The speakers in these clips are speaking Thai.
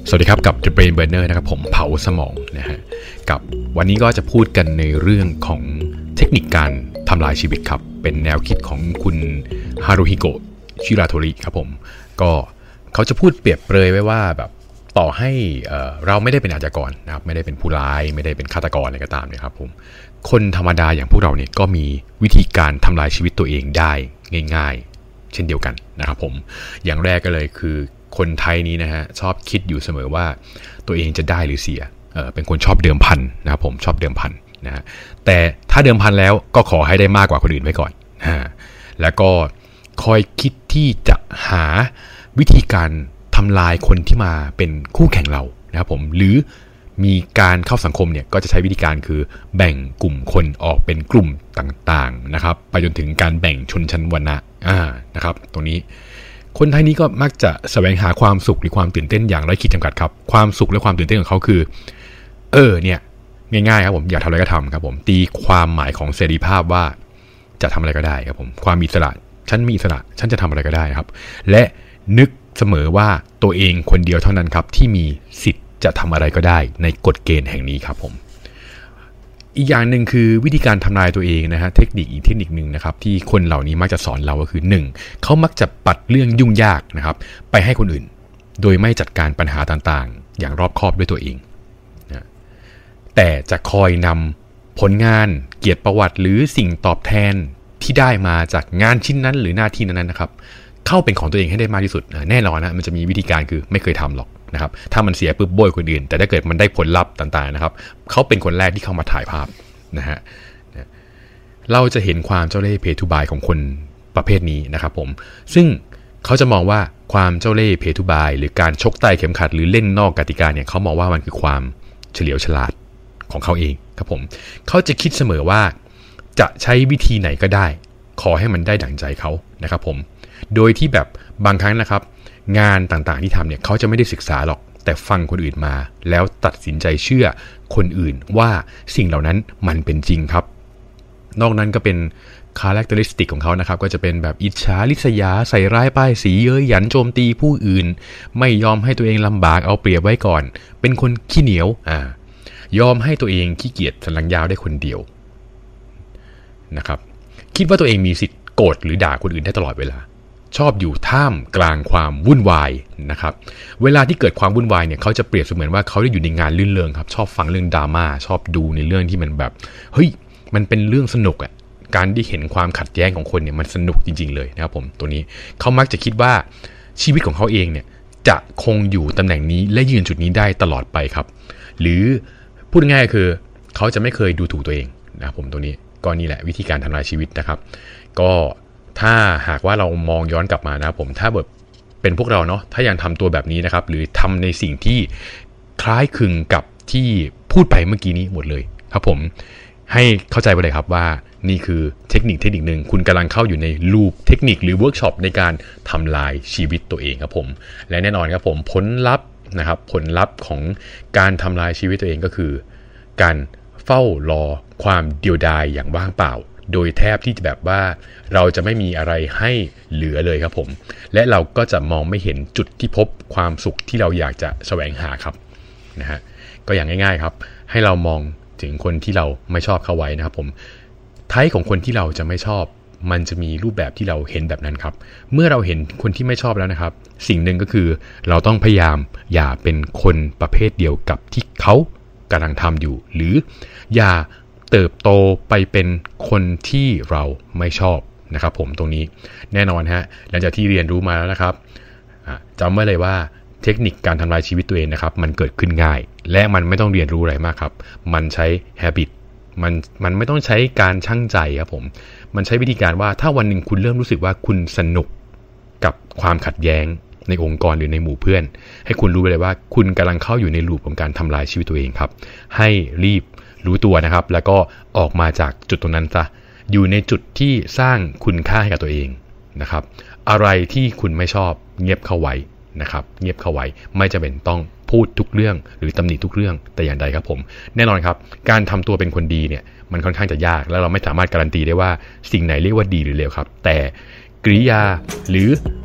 สวัสดีครับกับ The Brain Burner นะครับผมเผาสมองนะฮะกับวันนี้ก็จะพูดกันในเรื่องของเทคนิคการทำลายชีวิตครับเป็นแนวคิดของคุณฮารุฮิโกะชิราโทริครับผมก็เขาจะพูดเปรียบเปรยไว้ว่าแบบต่อให้เราไม่ได้เป็นอาชญากรนะครับไม่ได้เป็นผู้ร้ายไม่ได้เป็นฆาตกรอะไรก็ตามเนี่ยครับผมคนธรรมดาอย่างพวกเราเนี่ยก็มีวิธีการทำลายชีวิตตัวเองได้ง่ายๆเช่นเดียวกันนะครับผมอย่างแรกก็เลยคือคนไทยนี้นะฮะชอบคิดอยู่เสมอว่าตัวเองจะได้หรือเสียเป็นคนชอบเดิมพันนะครับผมชอบเดิมพันนะฮะแต่ถ้าเดิมพันแล้วก็ขอให้ได้มากกว่าคนอื่นไว้ก่อนแล้วก็คอยคิดที่จะหาวิธีการทำลายคนที่มาเป็นคู่แข่งเรานะครับผมหรือมีการเข้าสังคมเนี่ยก็จะใช้วิธีการคือแบ่งกลุ่มคนออกเป็นกลุ่มต่างๆนะครับไปจนถึงการแบ่งชนชั้นวรรณะนะครับตรงนี้คนไทยนี้ก็มักจะแสวงหาความสุขหรือความตื่นเต้นอย่างไร้ขีดจำกัดครับความสุขและความตื่นเต้นของเขาคือเนี่ยง่ายๆครับผมอยากทำอะไรก็ทำครับผมตีความหมายของเสรีภาพว่าจะทำอะไรก็ได้ครับผมความมีอิสระฉันมีอิสระฉันจะทำอะไรก็ได้ครับและนึกเสมอว่าตัวเองคนเดียวเท่านั้นครับที่มีสิทธิ์จะทำอะไรก็ได้ในกฎเกณฑ์แห่งนี้ครับผมอีกอย่างหนึ่งคือวิธีการทำลายตัวเองนะฮะเทคนิคอีกเทคนิคนึงนะครับที่คนเหล่านี้มักจะสอนเราก็คือ 1. เขามักจะปัดเรื่องยุ่งยากนะครับไปให้คนอื่นโดยไม่จัดการปัญหาต่างๆอย่างรอบคอบด้วยตัวเองนะแต่จะคอยนำผลงานเกียรติประวัติหรือสิ่งตอบแทนที่ได้มาจากงานชิ้นนั้นหรือหน้าที่นั้นนะครับเข้าเป็นของตัวเองให้ได้มากที่สุดแน่นอนนะมันจะมีวิธีการคือไม่เคยทำหรอกนะครับถ้ามันเสียปุ๊บโบยคนอื่นแต่ถ้าเกิดมันได้ผลลัพธ์ต่างๆนะครับเขาเป็นคนแรกที่เข้ามาถ่ายภาพนะฮะเราจะเห็นความเจ้าเล่ห์เพทุบายของคนประเภทนี้นะครับผมซึ่งเขาจะมองว่าความเจ้าเล่ห์เพทุบายหรือการชกใต้เข็มขัดหรือเล่นนอกกติกาเนี่ยเขามองว่ามันคือความเฉลียวฉลาดของเขาเองครับผมเขาจะคิดเสมอว่าจะใช้วิธีไหนก็ได้ขอให้มันได้ดั่งใจเขานะครับผมโดยที่แบบบางครั้งนะครับงานต่างๆที่ทำเนี่ยเขาจะไม่ได้ศึกษาหรอกแต่ฟังคนอื่นมาแล้วตัดสินใจเชื่อคนอื่นว่าสิ่งเหล่านั้นมันเป็นจริงครับนอกนั้นก็เป็นcharacteristic ของเขานะครับก็จะเป็นแบบอิจฉาริษยาใส่ร้ายป้ายสีเย้ยหยันโจมตีผู้อื่นไม่ยอมให้ตัวเองลำบากเอาเปรียบไว้ก่อนเป็นคนขี้เหนียวยอมให้ตัวเองขี้เกียจสันหลังยาวได้คนเดียวนะครับคิดว่าตัวเองมีสิทธิ์โกรธหรือด่าคนอื่นได้ตลอดเวลาชอบอยู่ท่ามกลางความวุ่นวายนะครับเวลาที่เกิดความวุ่นวายเนี่ยเขาจะเปรียบเสมือนว่าเขาได้อยู่ในงานลื่นเริงครับชอบฟังเรื่องดราม่าชอบดูในเรื่องที่มันแบบเฮ้ยมันเป็นเรื่องสนุกอ่ะการที่เห็นความขัดแย้งของคนเนี่ยมันสนุกจริงๆเลยนะครับผมตัวนี้เขามักจะคิดว่าชีวิตของเขาเองเนี่ยจะคงอยู่ตำแหน่งนี้และยืนจุดนี้ได้ตลอดไปครับหรือพูดง่ายๆคือเขาจะไม่เคยดูถูกตัวเองนะครับผมตัวนี้ก็นี่แหละวิธีการทำลายชีวิตนะครับก็ถ้าหากว่าเรามองย้อนกลับมานะครับผมถ้าแบบเป็นพวกเราเนาะถ้ายังทำตัวแบบนี้นะครับหรือทำในสิ่งที่คล้ายคลึงกับที่พูดไปเมื่อกี้นี้หมดเลยครับผมให้เข้าใจไปเลยครับว่านี่คือเทคนิคหนึ่งคุณกำลังเข้าอยู่ในลูปเทคนิคหรือเวิร์กช็อปในการทำลายชีวิตตัวเองครับผมและแน่นอนครับผมผลลัพธ์นะครับผลลัพธ์ของการทำลายชีวิตตัวเองก็คือการเฝ้ารอความเดียวดายอย่างว่างเปล่าโดยแทบที่จะแบบว่าเราจะไม่มีอะไรให้เหลือเลยครับผมและเราก็จะมองไม่เห็นจุดที่พบความสุขที่เราอยากจะแสวงหาครับนะฮะก็อย่างง่ายๆครับให้เรามองถึงคนที่เราไม่ชอบเข้าไว้นะครับผมไทป์ของคนที่เราจะไม่ชอบมันจะมีรูปแบบที่เราเห็นแบบนั้นครับเมื่อเราเห็นคนที่ไม่ชอบแล้วนะครับสิ่งหนึ่งก็คือเราต้องพยายามอย่าเป็นคนประเภทเดียวกับที่เขากำลังทำอยู่หรืออย่าเติบโตไปเป็นคนที่เราไม่ชอบนะครับผมตรงนี้แน่นอนฮะหลังจากที่เรียนรู้มาแล้วนะครับจำไว้เลยว่าเทคนิคการทำลายชีวิตตัวเองนะครับมันเกิดขึ้นง่ายและมันไม่ต้องเรียนรู้อะไรมากครับมันใช้ habit มันไม่ต้องใช้การชั่งใจครับผมมันใช้วิธีการว่าถ้าวันหนึ่งคุณเริ่มรู้สึกว่าคุณสนุกกับความขัดแย้งในองค์กรหรือในหมู่เพื่อนให้คุณรู้ไปเลยว่าคุณกำลังเข้าอยู่ในลูปของการทำลายชีวิตตัวเองครับให้รีบรู้ตัวนะครับแล้วก็ออกมาจากจุดตรงนั้นซะอยู่ในจุดที่สร้างคุณค่าให้กับตัวเองนะครับอะไรที่คุณไม่ชอบเงียบเข้าไว้นะครับเงียบเข้าไว้ไม่จำเป็นต้องพูดทุกเรื่องหรือตำหนิทุกเรื่องแต่อย่างใดครับผมแน่นอนครับการทำตัวเป็นคนดีเนี่ยมันค่อนข้างจะยากแล้วเราไม่สามารถการันตีได้ว่าสิ่งไหนเรียกว่าดีหรือเลวครับแต่กริยาหรือ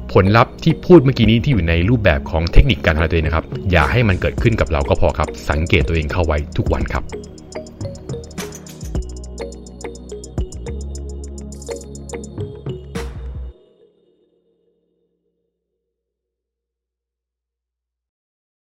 ผลลัพธ์ที่พูดเมื่อกี้นี้ที่อยู่ในรูปแบบของเทคนิคการทำลายตัวเองนะครับอย่าให้มันเกิดขึ้นกับเราก็พอครับสังเกตตัวเองเข้าไว้ทุกวันครับ